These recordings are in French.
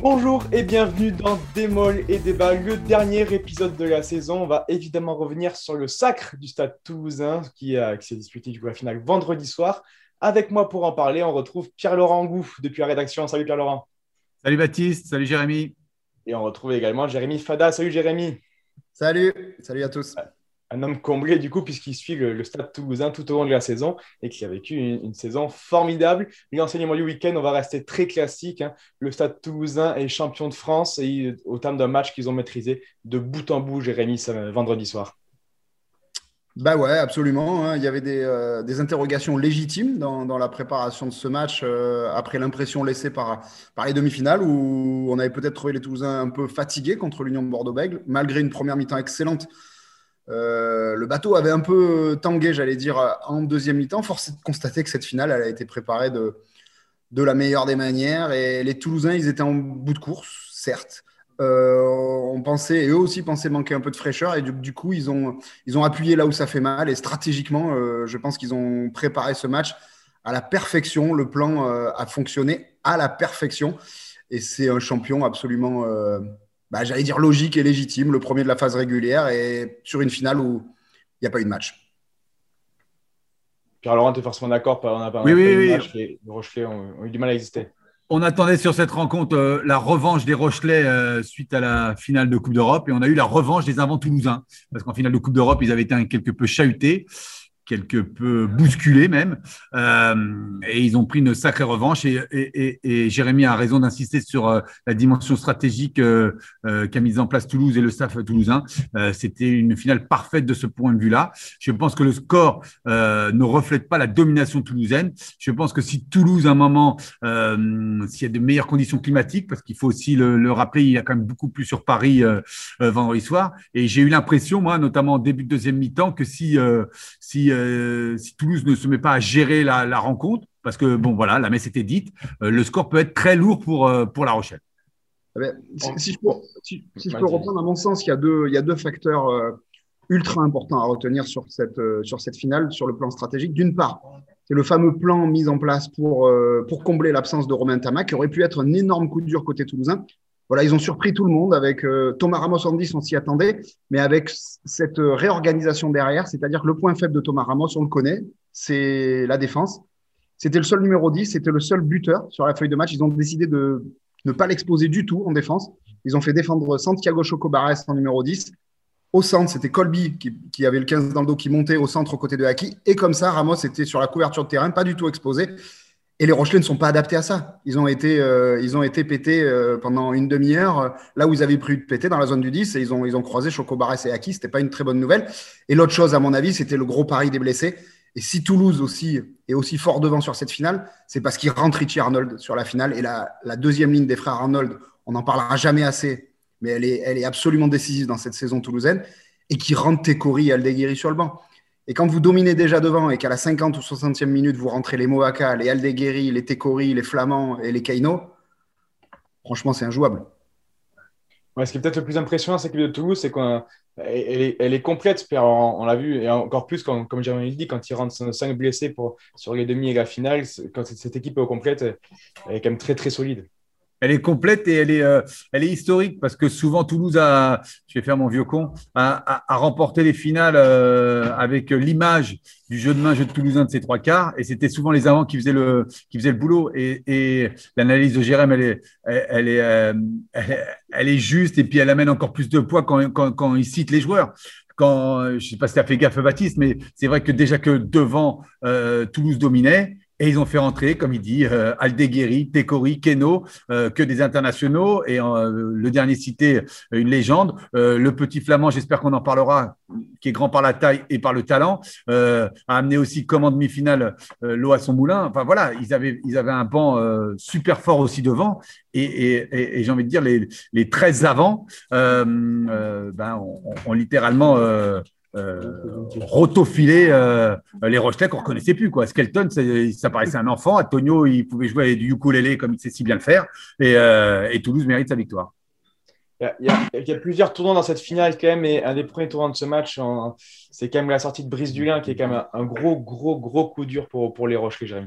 Bonjour et bienvenue dans Démol et Débat, le dernier épisode de la saison. On va évidemment revenir sur le sacre du Stade Toulousain qui s'est disputé du coup la finale vendredi soir. Avec moi pour en parler, on retrouve Pierre-Laurent Gouff depuis la rédaction. Salut Pierre-Laurent. Salut Baptiste, salut Jérémy. Et on retrouve également Jérémy Fada. Salut Jérémy. Salut à tous. Un homme comblé du coup puisqu'il suit le Stade Toulousain tout au long de la saison et qui a vécu une saison formidable. L'enseignement du week-end, on va rester très classique, hein. Le Stade Toulousain est champion de France et au terme d'un match qu'ils ont maîtrisé de bout en bout, Jérémy, vendredi soir. Bah ouais, absolument, hein. Il y avait des interrogations légitimes dans la préparation de ce match après l'impression laissée par les demi-finales où on avait peut-être trouvé les Toulousains un peu fatigués contre l'Union de Bordeaux-Bègles, malgré une première mi-temps excellente. Le bateau avait un peu tangué, j'allais dire, en deuxième mi-temps. Force est de constater que cette finale, elle a été préparée de la meilleure des manières. Et les Toulousains, ils étaient en bout de course, certes. On pensait, et eux aussi pensaient manquer un peu de fraîcheur. Et du coup, ils ont appuyé là où ça fait mal. Et stratégiquement, je pense qu'ils ont préparé ce match à la perfection. Le plan a fonctionné à la perfection. Et c'est un champion absolument... j'allais dire logique et légitime, le premier de la phase régulière et sur une finale où il n'y a pas eu de match. Pierre-Laurent, tu es forcément d'accord, on n'a pas Oui, eu oui. de match, les Rochelais ont eu du mal à exister. On attendait sur cette rencontre la revanche des Rochelais suite à la finale de Coupe d'Europe et on a eu la revanche des Avants Toulousains parce qu'en finale de Coupe d'Europe, ils avaient été quelque peu chahutés, quelque peu bousculés même, et ils ont pris une sacrée revanche et Jérémy a raison d'insister sur la dimension stratégique qu'a mise en place Toulouse et le staff toulousain. C'était une finale parfaite de ce point de vue-là. Je pense que le score ne reflète pas la domination toulousaine. Je pense que si Toulouse, à un moment, s'il y a de meilleures conditions climatiques, parce qu'il faut aussi le rappeler, il y a quand même beaucoup plus sur Paris vendredi soir, et j'ai eu l'impression, moi, notamment en début de deuxième mi-temps, que si Toulouse ne se met pas à gérer la rencontre, parce que bon voilà, la messe était dite, le score peut être très lourd pour La Rochelle. Si je peux reprendre, à mon sens, il y a deux facteurs ultra importants à retenir sur cette finale, sur le plan stratégique. D'une part, c'est le fameux plan mis en place pour combler l'absence de Romain Tamac, qui aurait pu être un énorme coup dur côté toulousain. Voilà, ils ont surpris tout le monde avec Thomas Ramos en 10, on s'y attendait, mais avec cette réorganisation derrière, c'est-à-dire que le point faible de Thomas Ramos, on le connaît, c'est la défense. C'était le seul numéro 10, c'était le seul buteur sur la feuille de match. Ils ont décidé de ne pas l'exposer du tout en défense. Ils ont fait défendre Santiago Chocobares en numéro 10. Au centre, c'était Colby qui avait le 15 dans le dos, qui montait au centre aux côtés de Haki. Et comme ça, Ramos était sur la couverture de terrain, pas du tout exposé. Et les Rochelais ne sont pas adaptés à ça. Ils ont été pétés pendant une demi-heure, là où ils avaient pris de péter dans la zone du 10, et ils ont croisé Chocobares et Haki. C'était pas une très bonne nouvelle. Et l'autre chose, à mon avis, c'était le gros pari des blessés. Et si Toulouse aussi est aussi fort devant sur cette finale, c'est parce qu'il rentre Richie Arnold sur la finale. Et la deuxième ligne des frères Arnold, on n'en parlera jamais assez, mais elle est absolument décisive dans cette saison toulousaine, et qui rentre Tekori et Aldeguerri sur le banc. Et quand vous dominez déjà devant et qu'à la 50 ou 60e minute, vous rentrez les Moaka, les Aldeguerri, les Tekori, les Flamands et les Kaino, franchement, c'est injouable. Ouais, ce qui est peut-être le plus impressionnant, cette équipe de Toulouse, c'est qu'elle est complète, on l'a vu, et encore plus, comme Jérémy dit, quand il rentre 5 blessés sur les demi et la finale, quand cette équipe est complète, elle est quand même très, très solide. Elle est complète et elle est historique parce que souvent Toulouse je vais faire mon vieux con, a remporté les finales avec l'image du jeu de main, jeu de Toulousain de ces trois quarts, et c'était souvent les avants qui faisaient le boulot. Et l'analyse de Jérém, elle est juste, et puis elle amène encore plus de poids quand il cite les joueurs. Je ne sais pas si tu as fait gaffe, Baptiste, mais c'est vrai que déjà que devant, Toulouse dominait. Et ils ont fait rentrer, comme il dit, Aldeguerri, Tekori, Keno, que des internationaux. Et le dernier cité, une légende. Le petit Flamand, j'espère qu'on en parlera, qui est grand par la taille et par le talent, a amené aussi comme en demi-finale l'eau à son moulin. Enfin voilà, ils avaient un banc super fort aussi devant. Et j'ai envie de dire, les 13 avant ont littéralement… rotofiler les Rochelais qu'on ne reconnaissait plus, quoi. Skelton, ça paraissait un enfant. Antonio, il pouvait jouer avec du ukulélé comme il sait si bien le faire. Et Toulouse mérite sa victoire. Il y a plusieurs tournants dans cette finale quand même, et un des premiers tournants de ce match, c'est quand même la sortie de Brice Dulin, qui est quand même un gros coup dur pour les Rochelais, Jérémy.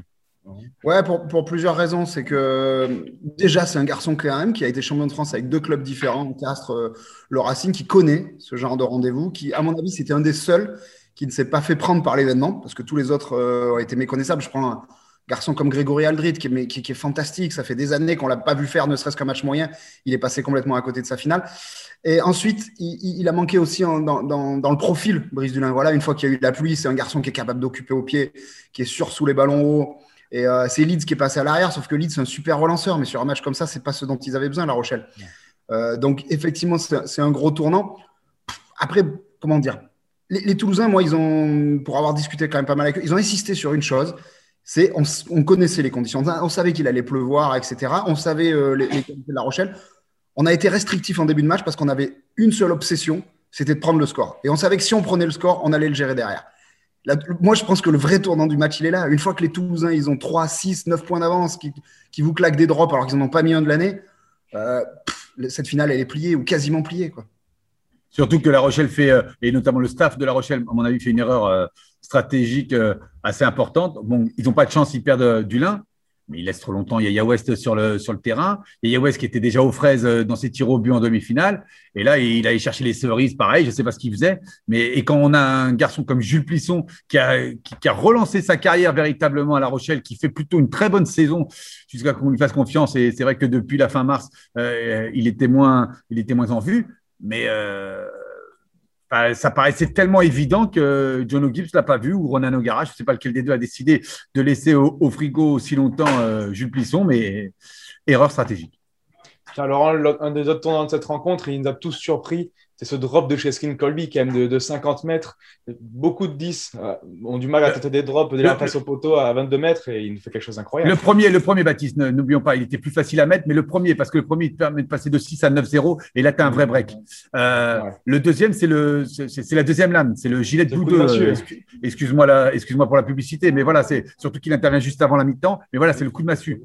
Ouais, pour plusieurs raisons. C'est que déjà, c'est un garçon quand même qui a été champion de France avec 2 clubs différents, Castres, le Racing, qui connaît ce genre de rendez-vous, qui, à mon avis, c'était un des seuls qui ne s'est pas fait prendre par l'événement, parce que tous les autres ont été méconnaissables. Je prends un garçon comme Grégory Aldrit, qui est fantastique. Ça fait des années qu'on ne l'a pas vu faire ne serait-ce qu'un match moyen. Il est passé complètement à côté de sa finale. Et ensuite, il a manqué aussi dans le profil, Brice Dulin. Voilà, une fois qu'il y a eu de la pluie, c'est un garçon qui est capable d'occuper au pied, qui est sûr sous les ballons hauts. Et c'est Leeds qui est passé à l'arrière, sauf que Leeds, c'est un super relanceur. Mais sur un match comme ça, ce n'est pas ce dont ils avaient besoin, La Rochelle. Donc, effectivement, c'est un gros tournant. Après, comment dire, les Toulousains, moi, pour avoir discuté quand même pas mal avec eux, ils ont insisté sur une chose. On connaissait les conditions. On savait qu'il allait pleuvoir, etc. On savait les qualités de La Rochelle. On a été restrictif en début de match parce qu'on avait une seule obsession, c'était de prendre le score. Et on savait que si on prenait le score, on allait le gérer derrière. Là, moi, je pense que le vrai tournant du match, il est là. Une fois que les Toulousains, ils ont 3, 6, 9 points d'avance, qui vous claquent des drops alors qu'ils n'en ont pas mis un de l'année, cette finale, elle est pliée ou quasiment pliée, quoi. Surtout que La Rochelle fait, et notamment le staff de La Rochelle, à mon avis, fait une erreur stratégique assez importante. Bon, ils n'ont pas de chance, ils perdent Dulin, mais ils laissent trop longtemps Yaya West sur le terrain. Yaya West qui était déjà aux fraises dans ses tirs au but en demi-finale. Et là, il allait chercher les cerises, pareil, je ne sais pas ce qu'il faisait. Et quand on a un garçon comme Jules Plisson qui a relancé sa carrière véritablement à La Rochelle, qui fait plutôt une très bonne saison jusqu'à qu'on lui fasse confiance. Et c'est vrai que depuis la fin mars, il était moins en vue. Mais ça paraissait tellement évident que John O'Gibbs ne l'a pas vu ou Ronan O'Gara, je ne sais pas lequel des deux a décidé de laisser au frigo aussi longtemps Jules Plisson, mais erreur stratégique. Tiens, Laurent, un des autres tournants de cette rencontre, il nous a tous surpris, c'est ce drop de Cheskin Colby, quand même de 50 mètres. Beaucoup de 10 ont du mal à tenter des drops déjà face au poteau à 22 mètres et il nous fait quelque chose d'incroyable. Le premier Baptiste, n'oublions pas, il était plus facile à mettre, mais le premier, parce que le premier, il te permet de passer de 6 à 9-0 et là, tu as un vrai break. Le deuxième, c'est la deuxième lame, c'est le gilet de Boudeux. Excuse-moi pour la publicité, mais voilà, c'est surtout qu'il intervient juste avant la mi-temps, mais voilà, c'est le coup de massue.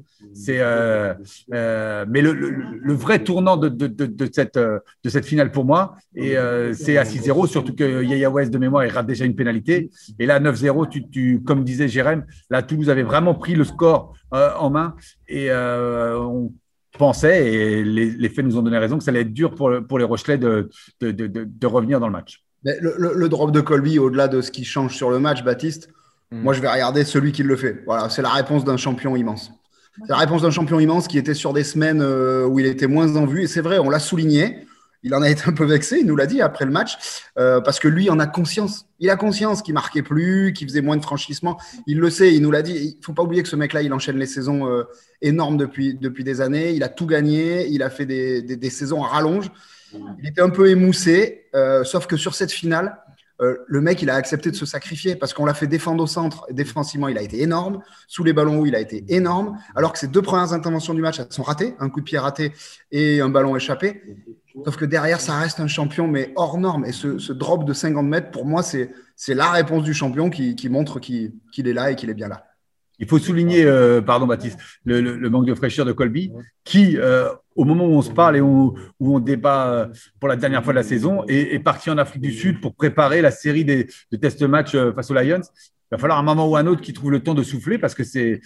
Mais le vrai tournant de cette finale pour moi, et c'est à 6-0, surtout que Yaya West de mémoire il rate déjà une pénalité et là 9-0 comme disait Jérém, là Toulouse avait vraiment pris le score en main et on pensait et les faits nous ont donné raison que ça allait être dur pour les Rochelais de revenir dans le match. Mais le drop de Colby, au-delà de ce qui change sur le match, Baptiste, moi je vais regarder celui qui le fait. Voilà, c'est la réponse d'un champion immense. C'est la réponse d'un champion immense qui était sur des semaines où il était moins en vue et c'est vrai, on l'a souligné. Il en a été un peu vexé, il nous l'a dit après le match, parce que lui en a conscience. Il a conscience qu'il marquait plus, qu'il faisait moins de franchissements. Il le sait, il nous l'a dit. Il ne faut pas oublier que ce mec-là, il enchaîne les saisons énormes depuis des années. Il a tout gagné, il a fait des saisons à rallonge. Il était un peu émoussé, sauf que sur cette finale, le mec, il a accepté de se sacrifier parce qu'on l'a fait défendre au centre. Défensivement, il a été énorme. Sous les ballons hauts, il a été énorme. Alors que ses 2 premières interventions du match, elles sont ratées. Un coup de pied raté et un ballon échappé. Sauf que derrière, ça reste un champion, mais hors norme. Et ce drop de 50 mètres, pour moi, c'est la réponse du champion qui montre qu'il est là et qu'il est bien là. Il faut souligner, pardon Baptiste, le manque de fraîcheur de Colby, qui, au moment où on se parle et où on débat pour la dernière fois de la saison, est parti en Afrique du Sud pour préparer la série de test match face aux Lions. Il va falloir un moment ou un autre qui trouve le temps de souffler parce que c'est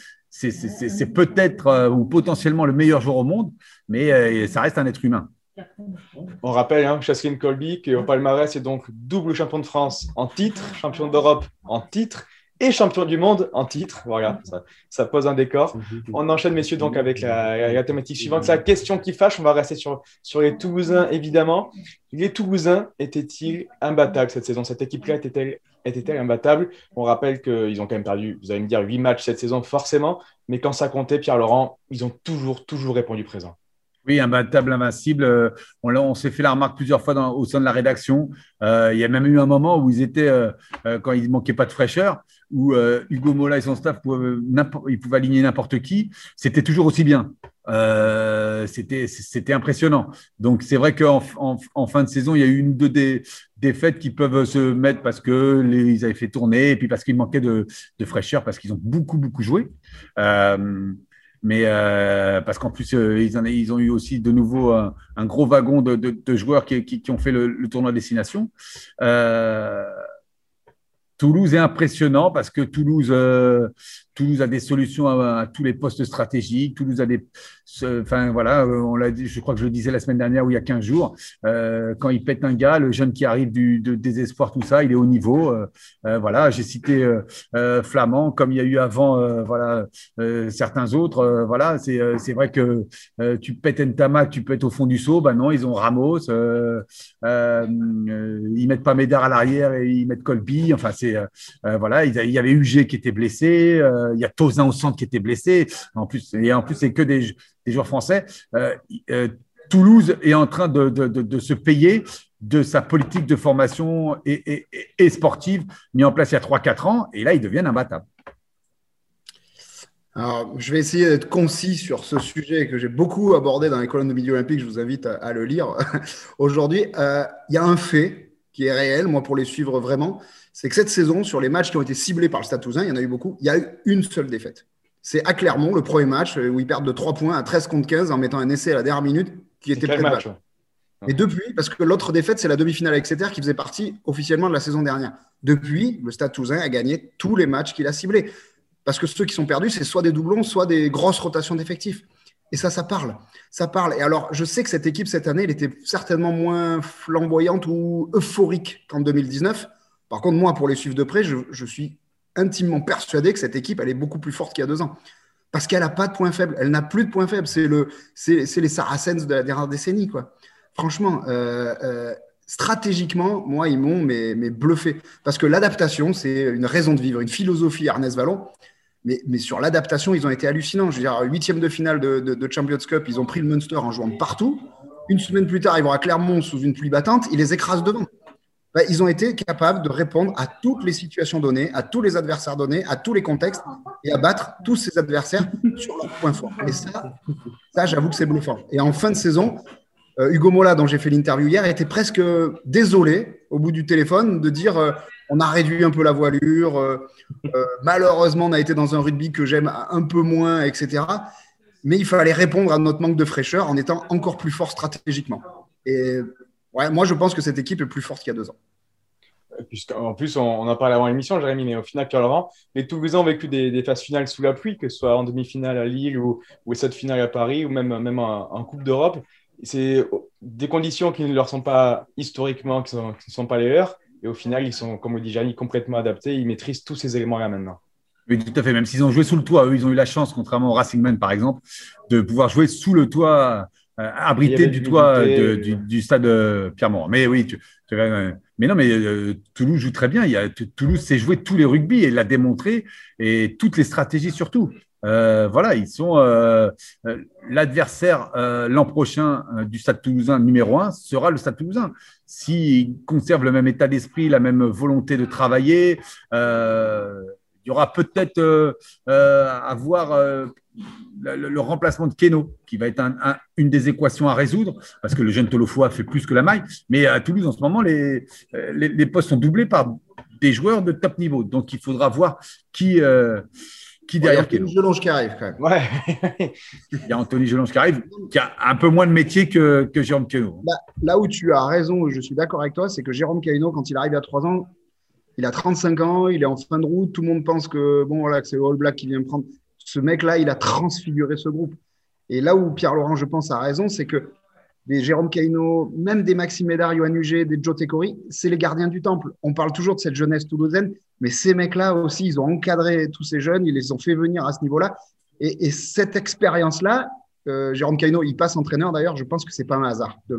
peut-être ou potentiellement le meilleur joueur au monde, mais ça reste un être humain. On rappelle, Cheskin Colby, qui au palmarès est donc double champion de France en titre, champion d'Europe en titre et champion du monde en titre. Voilà, ça pose un décor. On enchaîne, messieurs, donc avec la thématique suivante. C'est la question qui fâche. On va rester sur les Toulousains, évidemment. Les Toulousains étaient-ils imbattables cette saison? Cette équipe-là était-elle imbattable? On rappelle qu'ils ont quand même perdu, vous allez me dire, 8 matchs cette saison, forcément. Mais quand ça comptait, Pierre-Laurent, ils ont toujours répondu présent. Oui, imbattable, invincible. On s'est fait la remarque plusieurs fois au sein de la rédaction. Il y a même eu un moment où ils étaient, quand il ne manquait pas de fraîcheur, où Hugo Mola et son staff ils pouvaient aligner n'importe qui. C'était toujours aussi bien. C'était impressionnant. Donc, c'est vrai qu'en fin de saison, il y a eu une ou deux défaites qui peuvent se mettre parce qu'ils avaient fait tourner et puis parce qu'il manquait de fraîcheur, parce qu'ils ont beaucoup joué. Mais parce qu'en plus, ils ont eu aussi de nouveau un gros wagon de joueurs qui ont fait le tournoi destination. Toulouse est impressionnant parce que Toulouse a des solutions à tous les postes stratégiques. Toulouse a enfin voilà, on l'a dit, je crois que je le disais la semaine dernière ou il y a 15 jours, quand il pète un gars, le jeune qui arrive de désespoir, tout ça, il est au niveau. Voilà, j'ai cité Flamand, comme il y a eu avant, voilà, certains autres. Voilà, c'est vrai que tu pètes Ntamak, tu peux être au fond du seau. Ben non, ils ont Ramos. Ils mettent pas Médard à l'arrière et ils mettent Colby. Enfin, voilà, il y avait UG qui était blessé, il y a Tozin au centre qui était blessé. En plus, c'est que des joueurs français. Toulouse est en train de se payer de sa politique de formation et sportive mise en place il y a 3-4 ans. Et là, ils deviennent imbattables. Alors, je vais essayer d'être concis sur ce sujet que j'ai beaucoup abordé dans les colonnes de Midi Olympique. Je vous invite à le lire. Aujourd'hui, il y a un fait qui est réel, moi, pour les suivre vraiment. C'est que cette saison, sur les matchs qui ont été ciblés par le Stade Toulousain, il y en a eu beaucoup, il y a eu une seule défaite. C'est à Clermont, le premier match, où ils perdent de 3 points à 13 contre 15 en mettant un essai à la dernière minute qui était près de match. Et depuis, parce que l'autre défaite, c'est la demi-finale avec Exeter qui faisait partie officiellement de la saison dernière. Depuis, le Stade Toulousain a gagné tous les matchs qu'il a ciblés. Parce que ceux qui sont perdus, c'est soit des doublons, soit des grosses rotations d'effectifs. Et ça parle. Ça parle. Et alors, je sais que cette équipe, cette année, elle était certainement moins flamboyante ou euphorique qu'en 2019. Par contre, moi, pour les suivre de près, je suis intimement persuadé que cette équipe, elle est beaucoup plus forte qu'il y a 2 ans. Parce qu'elle n'a pas de points faibles. Elle n'a plus de points faibles. C'est les Saracens de la dernière décennie, quoi. Franchement, stratégiquement, moi, ils m'ont bluffé. Parce que l'adaptation, c'est une raison de vivre, une philosophie Ernest Vallon. Mais sur l'adaptation, ils ont été hallucinants. Je veux dire, 8e de finale de Champions Cup, ils ont pris le Munster en jouant de partout. Une semaine plus tard, ils vont à Clermont sous une pluie battante. Ils les écrasent devant. Ils ont été capables de répondre à toutes les situations données, à tous les adversaires donnés, à tous les contextes et à battre tous ces adversaires sur leurs points forts. Et ça, j'avoue que c'est bluffant. Et en fin de saison, Hugo Mola, dont j'ai fait l'interview hier, était presque désolé au bout du téléphone de dire on a réduit un peu la voilure, malheureusement on a été dans un rugby que j'aime un peu moins, etc. Mais il fallait répondre à notre manque de fraîcheur en étant encore plus fort stratégiquement. Et ouais, moi je pense que cette équipe est plus forte qu'il y a 2 ans. En plus, on en parlait avant l'émission, Jérémy, mais au final, Pierre-Laurent, les Toulousains ont vécu des phases finales sous la pluie, que ce soit en demi-finale à Lille ou cette finale à Paris, ou même en Coupe d'Europe. C'est des conditions qui ne leur sont pas historiquement, qui ne sont pas les leurs. Et au final, ils sont, comme le dit Jérémy, complètement adaptés. Ils maîtrisent tous ces éléments-là maintenant. Oui, tout à fait. Même s'ils ont joué sous le toit, eux, ils ont eu la chance, contrairement au Racing Man, par exemple, de pouvoir jouer sous le toit, abrité du toit du stade Pierre-Mauroy. Mais oui, mais non, mais Toulouse joue très bien. Toulouse sait jouer tous les rugby et l'a démontré, et toutes les stratégies surtout. Voilà, ils sont l'adversaire l'an prochain du Stade Toulousain numéro 1 sera le Stade Toulousain. S'ils conservent le même état d'esprit, la même volonté de travailler, il y aura peut-être à voir le remplacement de Keno, qui va être une des équations à résoudre, parce que le jeune Tolofoa fait plus que la maille. Mais à Toulouse, en ce moment, les postes sont doublés par des joueurs de top niveau. Donc, il faudra voir qui derrière Keno. Il y a Anthony Gelonge qui arrive quand même. Ouais. Il y a Anthony Gelonge qui arrive, qui a un peu moins de métier que Jérôme Keno. Là où tu as raison, où je suis d'accord avec toi, c'est que Jérôme Keno, quand il arrive il y a 3 ans, il a 35 ans, il est en fin de route, tout le monde pense que que c'est le All Black qui vient prendre. Ce mec-là, il a transfiguré ce groupe. Et là où Pierre-Laurent, je pense, a raison, c'est que des Jérôme Kaino, même des Maxime Médard, Yoann Huget, des Joe Tekori, c'est les gardiens du temple. On parle toujours de cette jeunesse toulousaine, mais ces mecs-là aussi, ils ont encadré tous ces jeunes, ils les ont fait venir à ce niveau-là. Et cette expérience-là, Jérôme Kaino, il passe entraîneur d'ailleurs, je pense que c'est pas un hasard. De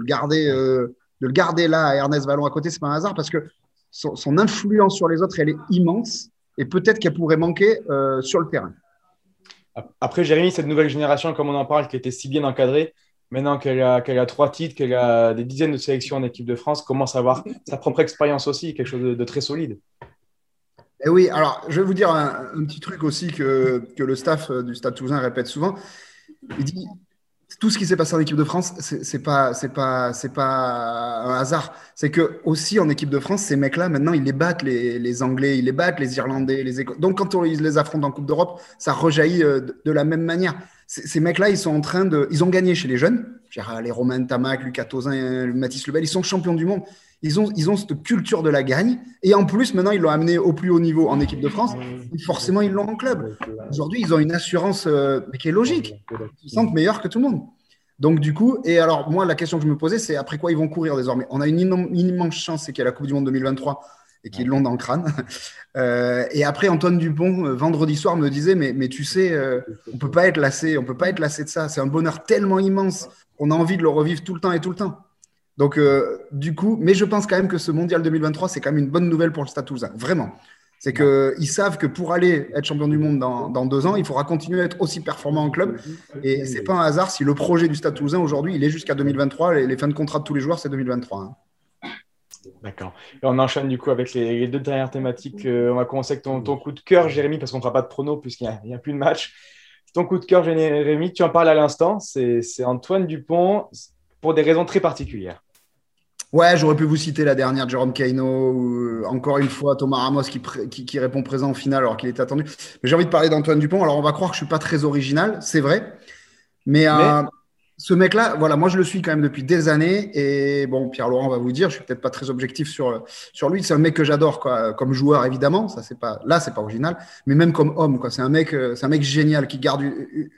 le garder là à Ernest Vallon à côté, c'est pas un hasard parce que son influence sur les autres, elle est immense et peut-être qu'elle pourrait manquer sur le terrain. Après, Jérémy, cette nouvelle génération, comme on en parle, qui a été si bien encadrée, maintenant qu'elle a 3 titres, qu'elle a des dizaines de sélections en équipe de France, commence à avoir sa propre expérience aussi, quelque chose de très solide. Et oui, alors je vais vous dire un petit truc aussi que le staff du Stade Toulousain répète souvent. Il dit tout ce qui s'est passé en équipe de France, c'est pas un hasard. C'est que aussi en équipe de France, ces mecs-là, maintenant, ils les battent, les Anglais, ils les battent, les Irlandais, donc quand ils les affrontent en Coupe d'Europe, ça rejaillit de la même manière. Ces mecs-là, ils sont en train ils ont gagné chez les jeunes, les Romain Ntamak, Lucas Tozin, Mathis Lebel, ils sont champions du monde. Ils ont cette culture de la gagne. Et en plus, maintenant, ils l'ont amené au plus haut niveau en équipe de France. Et forcément, ils l'ont en club. Aujourd'hui, ils ont une assurance qui est logique. Ils se sentent meilleurs que tout le monde. Donc, du coup, et alors, moi, la question que je me posais, c'est après quoi ils vont courir désormais. On a une immense chance, c'est qu'il y a la Coupe du Monde 2023 et qu'ils l'ont dans le crâne. Et après, Antoine Dupont, vendredi soir, me disait, mais tu sais, on peut pas être lassé de ça. C'est un bonheur tellement immense qu'on a envie de le revivre tout le temps et tout le temps. Donc, du coup, mais je pense quand même que ce mondial 2023, c'est quand même une bonne nouvelle pour le Stade Toulousain. Vraiment. C'est qu'ils savent que pour aller être champion du monde dans 2 ans, il faudra continuer à être aussi performant en club. Et ce n'est pas un hasard si le projet du Stade Toulousain aujourd'hui, il est jusqu'à 2023. Les fins de contrat de tous les joueurs, c'est 2023. Hein. D'accord. Et on enchaîne du coup avec les 2 dernières thématiques. On va commencer avec ton coup de cœur, Jérémy, parce qu'on ne fera pas de prono puisqu'il n'y a plus de match. Ton coup de cœur, Jérémy, tu en parles à l'instant, c'est Antoine Dupont pour des raisons très particulières. Ouais, j'aurais pu vous citer la dernière, Jérôme Kaino, ou encore une fois Thomas Ramos qui répond présent au final alors qu'il était attendu. Mais j'ai envie de parler d'Antoine Dupont. Alors on va croire que je ne suis pas très original, c'est vrai. Mais ce mec-là, voilà, moi je le suis quand même depuis des années. Et bon, Pierre-Laurent va vous dire, je ne suis peut-être pas très objectif sur lui. C'est un mec que j'adore, quoi, comme joueur évidemment. Ça, c'est pas original, mais même comme homme, quoi. C'est un mec génial qui garde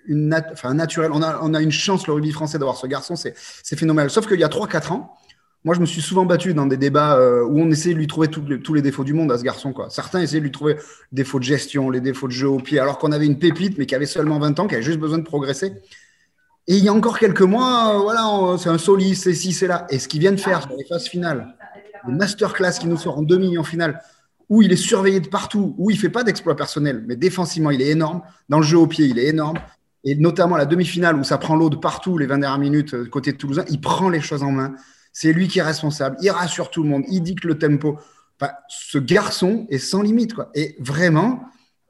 un naturel. On a une chance, le rugby français, d'avoir ce garçon. C'est phénoménal. Sauf qu'il y a 3-4 ans, moi, je me suis souvent battu dans des débats où on essayait de lui trouver tous les défauts du monde à ce garçon, quoi. Certains essayaient de lui trouver les défauts de gestion, les défauts de jeu au pied, alors qu'on avait une pépite, mais qui avait seulement 20 ans, qui avait juste besoin de progresser. Et il y a encore quelques mois, voilà, c'est un Solis, c'est ci, c'est là. Et ce qu'il vient de faire sur les phases finales, les masterclass qui nous sort en demi en finale, où il est surveillé de partout, où il ne fait pas d'exploit personnel, mais défensivement, il est énorme. Dans le jeu au pied, il est énorme. Et notamment la demi-finale, où ça prend l'eau de partout, les 20 dernières minutes, côté de Toulousain, il prend les choses en main. C'est lui qui est responsable. Il rassure tout le monde. Il dicte le tempo. Enfin, ce garçon est sans limite, quoi. Et vraiment,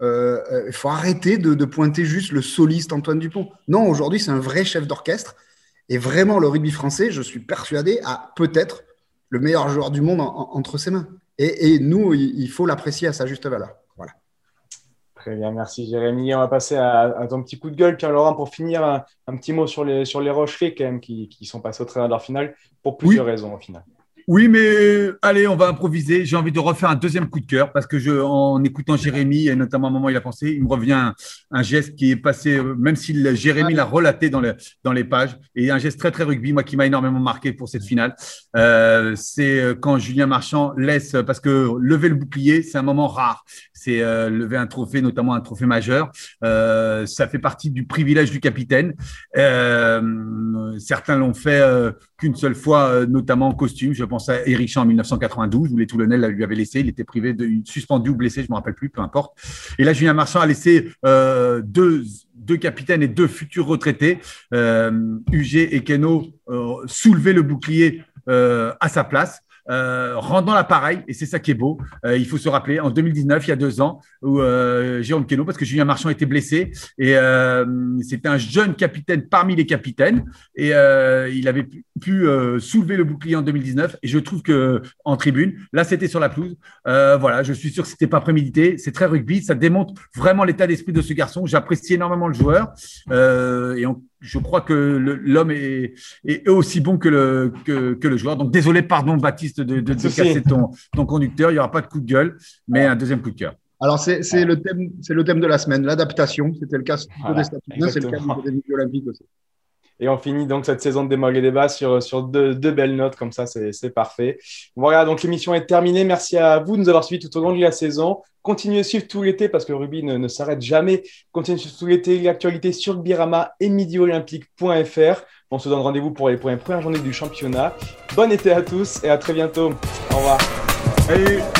il faut arrêter de pointer juste le soliste Antoine Dupont. Non, aujourd'hui, c'est un vrai chef d'orchestre. Et vraiment, le rugby français, je suis persuadé, a peut-être le meilleur joueur du monde entre ses mains. Et nous, il faut l'apprécier à sa juste valeur. Voilà. Très bien, merci Jérémy. On va passer à ton petit coup de gueule, Pierre-Laurent, pour finir un petit mot sur les Rochelais quand même qui sont passés au travers de leur finale pour plusieurs raisons au final. Oui, mais allez, on va improviser. J'ai envie de refaire un deuxième coup de cœur parce que en écoutant Jérémy, et notamment à un moment il a pensé, il me revient un geste qui est passé, même si Jérémy l'a relaté dans les pages, et un geste très, très rugby, moi, qui m'a énormément marqué pour cette finale. C'est quand Julien Marchand laisse, parce que lever le bouclier, c'est un moment rare. C'est lever un trophée, notamment un trophée majeur. Ça fait partie du privilège du capitaine. Certains l'ont fait qu'une seule fois, notamment en costume. Je pense à Éric Champ en 1992, où les Toulonnais lui avaient laissé. Il était privé suspendu ou blessé, je ne me rappelle plus, peu importe. Et là, Julien Marchand a laissé deux capitaines et 2 futurs retraités, Huget et Keno, soulever le bouclier à sa place. Rendant l'appareil, et c'est ça qui est beau. Il faut se rappeler, en 2019, il y a 2 ans, où Jérôme Keno, parce que Julien Marchand était blessé, et c'était un jeune capitaine parmi les capitaines, et il avait pu soulever le bouclier en 2019, et je trouve que en tribune, là c'était sur la pelouse, voilà, je suis sûr que c'était pas prémédité, c'est très rugby, ça démontre vraiment l'état d'esprit de ce garçon. J'apprécie énormément le joueur, et je crois que l'homme est aussi bon que le joueur. Donc, désolé, pardon, Baptiste, de casser ton conducteur. Il n'y aura pas de coup de gueule, mais un deuxième coup de cœur. Alors, c'est le thème de la semaine, l'adaptation. C'était le cas des statuts, c'est le cas des Jeux olympiques aussi. Et on finit donc cette saison de Démol et Débat sur 2 belles notes, comme ça, c'est parfait. Voilà, donc l'émission est terminée. Merci à vous de nous avoir suivis tout au long de la saison. Continuez à suivre tout l'été parce que le rugby ne s'arrête jamais. Continuez à suivre tout l'été l'actualité sur Rugbyarama et midiolympique.fr. On se donne rendez-vous pour les premières journées du championnat. Bon été à tous et à très bientôt. Au revoir. Salut.